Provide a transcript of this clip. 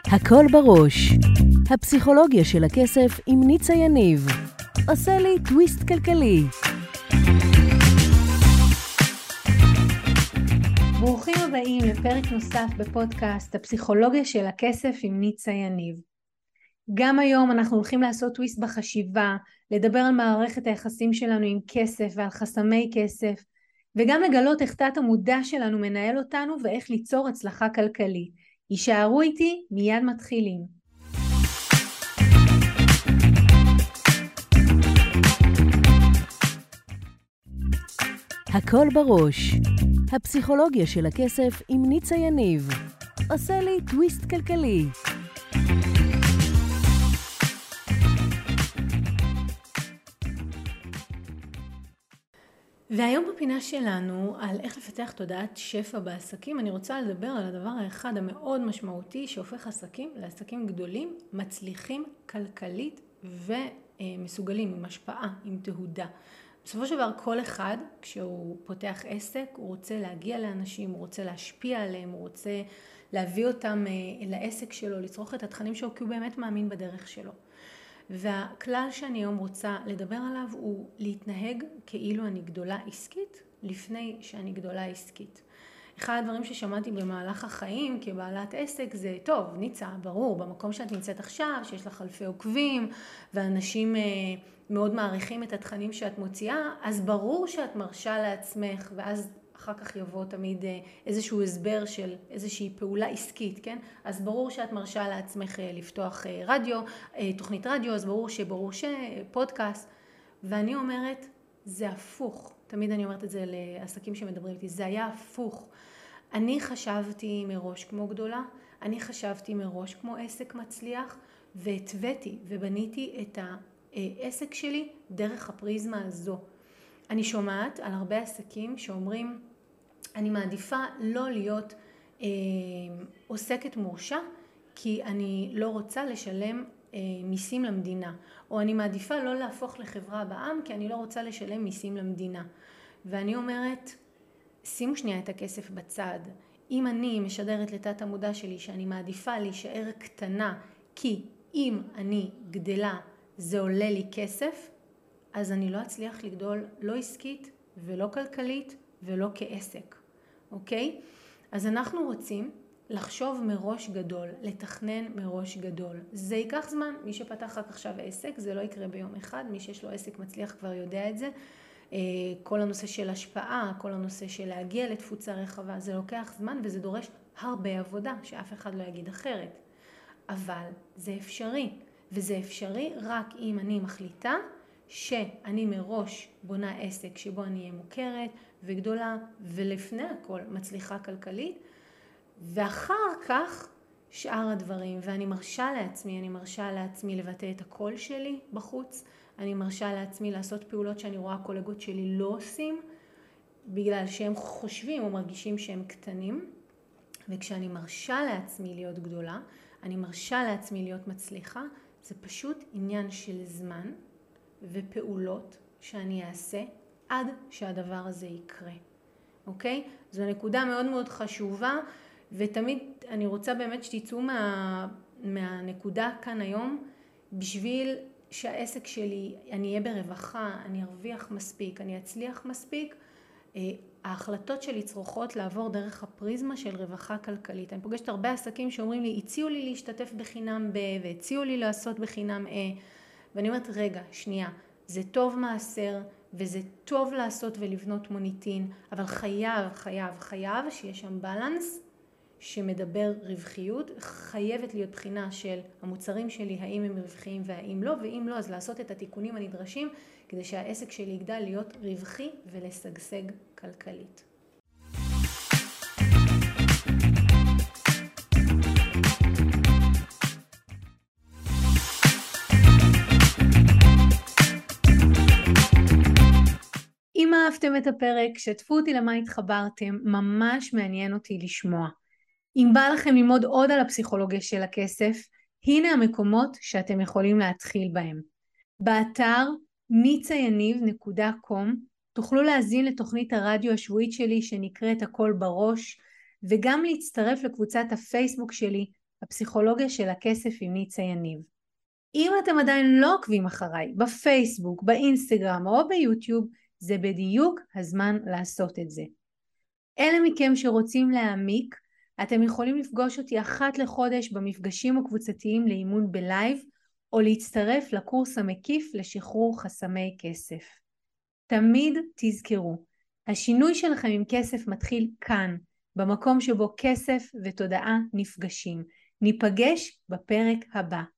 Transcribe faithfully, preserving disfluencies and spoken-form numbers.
הכל בראש. הפסיכולוגיה של הכסף עם ניצה יניב. עושה לי טוויסט כלכלי. ברוכים הבאים לפרק נוסף בפודקאסט הפסיכולוגיה של הכסף עם ניצה יניב. גם היום אנחנו הולכים לעשות טוויסט בחשיבה, לדבר על מערכת היחסים שלנו עם כסף ועל חסמי כסף, וגם לגלות איך תת המודע שלנו מנהל אותנו ואיך ליצור הצלחה כלכלית. יישארו איתי, מיד מתחילים. הכל בראש. הפסיכולוגיה של הכסף עם ניצה יניב. עושה לי טוויסט כלכלי. והיום בפינה שלנו על איך לפתח תודעת שפע בעסקים, אני רוצה לדבר על הדבר האחד המאוד משמעותי שהופך עסקים לעסקים גדולים, מצליחים כלכלית ומסוגלים עם השפעה, עם תהודה. בסופו של דבר כל אחד כשהוא פותח עסק הוא רוצה להגיע לאנשים, הוא רוצה להשפיע עליהם, הוא רוצה להביא אותם לעסק שלו, לצרוך את התכנים שלו כי הוא באמת מאמין בדרך שלו. והכלל שאני היום רוצה לדבר עליו הוא להתנהג כאילו אני גדולה עסקית לפני שאני גדולה עסקית. אחד הדברים ששמעתי במהלך החיים כבעלת עסק זה, טוב, ניצה, ברור, במקום שאת נמצאת עכשיו, שיש לך אלפי עוקבים, ואנשים מאוד מעריכים את התכנים שאת מוציאה, אז ברור שאת מרשה לעצמך, ואז אחר כך יבוא תמיד איזשהו הסבר של איזושהי פעולה עסקית, כן? אז ברור שאת מרשה לעצמך לפתוח רדיו, תוכנית רדיו, אז ברור שברור שפודקאסט, ואני אומרת, זה הפוך. תמיד אני אומרת את זה לעסקים שמדברים איתי, זה היה הפוך. אני חשבתי מראש כמו גדולה, אני חשבתי מראש כמו עסק מצליח, והתוויתי ובניתי את העסק שלי דרך הפריזמה הזו. אני שומעת על הרבה עסקים שאומרים, אני מעדיפה לא להיות אה, עוסקת מורשה, כי אני לא רוצה לשלם אה, מיסים למדינה. או אני מעדיפה לא להפוך לחברה בעם, כי אני לא רוצה לשלם מיסים למדינה. ואני אומרת, שימו שנייה את הכסף בצד. אם אני משדרת לתת המודע שלי שאני מעדיפה להישאר קטנה, כי אם אני גדלה זה עולה לי כסף, אז אני לא אצליח לגדול לא עסקית ולא כלכלית ולא כעסק, אוקיי? אז אנחנו רוצים לחשוב מראש גדול, לתכנן מראש גדול. זה ייקח זמן, מי שפתח רק עכשיו עסק, זה לא יקרה ביום אחד, מי שיש לו עסק מצליח כבר יודע את זה. כל הנושא של השפעה, כל הנושא של להגיע לתפוצה רחבה, זה לוקח זמן וזה דורש הרבה עבודה, שאף אחד לא יגיד אחרת. אבל זה אפשרי, וזה אפשרי רק אם אני מחליטה, שאני מראש בונה עסק שבו אני אהיה מוכרת וגדולה ולפני הכל מצליחה כלכלית, ואחר כך שאר הדברים, ואני מרשה לעצמי, אני מרשה לעצמי לבטא את הקול שלי בחוץ, אני מרשה לעצמי לעשות פעולות שאני רואה קולגות שלי לא עושים, בגלל שהם חושבים או מרגישים שהם קטנים, וכשאני מרשה לעצמי להיות גדולה, אני מרשה לעצמי להיות מצליחה, זה פשוט עניין של זמן, ופעולות שאני אעשה עד שהדבר הזה יקרה. אוקיי? זו נקודה מאוד מאוד חשובה, ותמיד אני רוצה באמת שתצאו מה, מהנקודה כאן היום, בשביל שהעסק שלי, אני אהיה ברווחה, אני ארוויח מספיק, אני אצליח מספיק, ההחלטות שלי צריכות לעבור דרך הפריזמה של רווחה כלכלית. אני פוגשת הרבה עסקים שאומרים לי, הציעו לי להשתתף בחינם ב, והציעו לי לעשות בחינם א, ואני אומרת, רגע, שנייה, זה טוב מעשר, וזה טוב לעשות ולבנות מוניטין, אבל חייב, חייב, חייב שיש שם בלנס שמדבר רווחיות, חייבת להיות בחינה של המוצרים שלי, האם הם רווחיים והאם לא, ואם לא, אז לעשות את התיקונים הנדרשים, כדי שהעסק שלי יגדל להיות רווחי ולשגשג כלכלית. אם אהבתם את הפרק, שתפו אותי למה התחברתם, ממש מעניין אותי לשמוע. אם בא לכם ללמוד עוד על הפסיכולוגיה של הכסף, הנה המקומות שאתם יכולים להתחיל בהם. באתר ניצה יניב נקודה קום תוכלו להזין לתוכנית הרדיו השבועית שלי שנקראת הכל בראש, וגם להצטרף לקבוצת הפייסבוק שלי הפסיכולוגיה של הכסף עם ניצה יניב. אם אתם עדיין לא עוקבים אחריי בפייסבוק, באינסטגרם או ביוטיוב, זה בדיוק הזמן לעשות את זה. אלה מכם שרוצים להעמיק, אתם יכולים לפגוש אותי אחת לחודש במפגשים הקבוצתיים לאימון בלייב, או להצטרף לקורס המקיף לשחרור חסמי כסף. תמיד תזכרו, השינוי שלכם עם כסף מתחיל כאן, במקום שבו כסף ותודעה נפגשים. ניפגש בפרק הבא.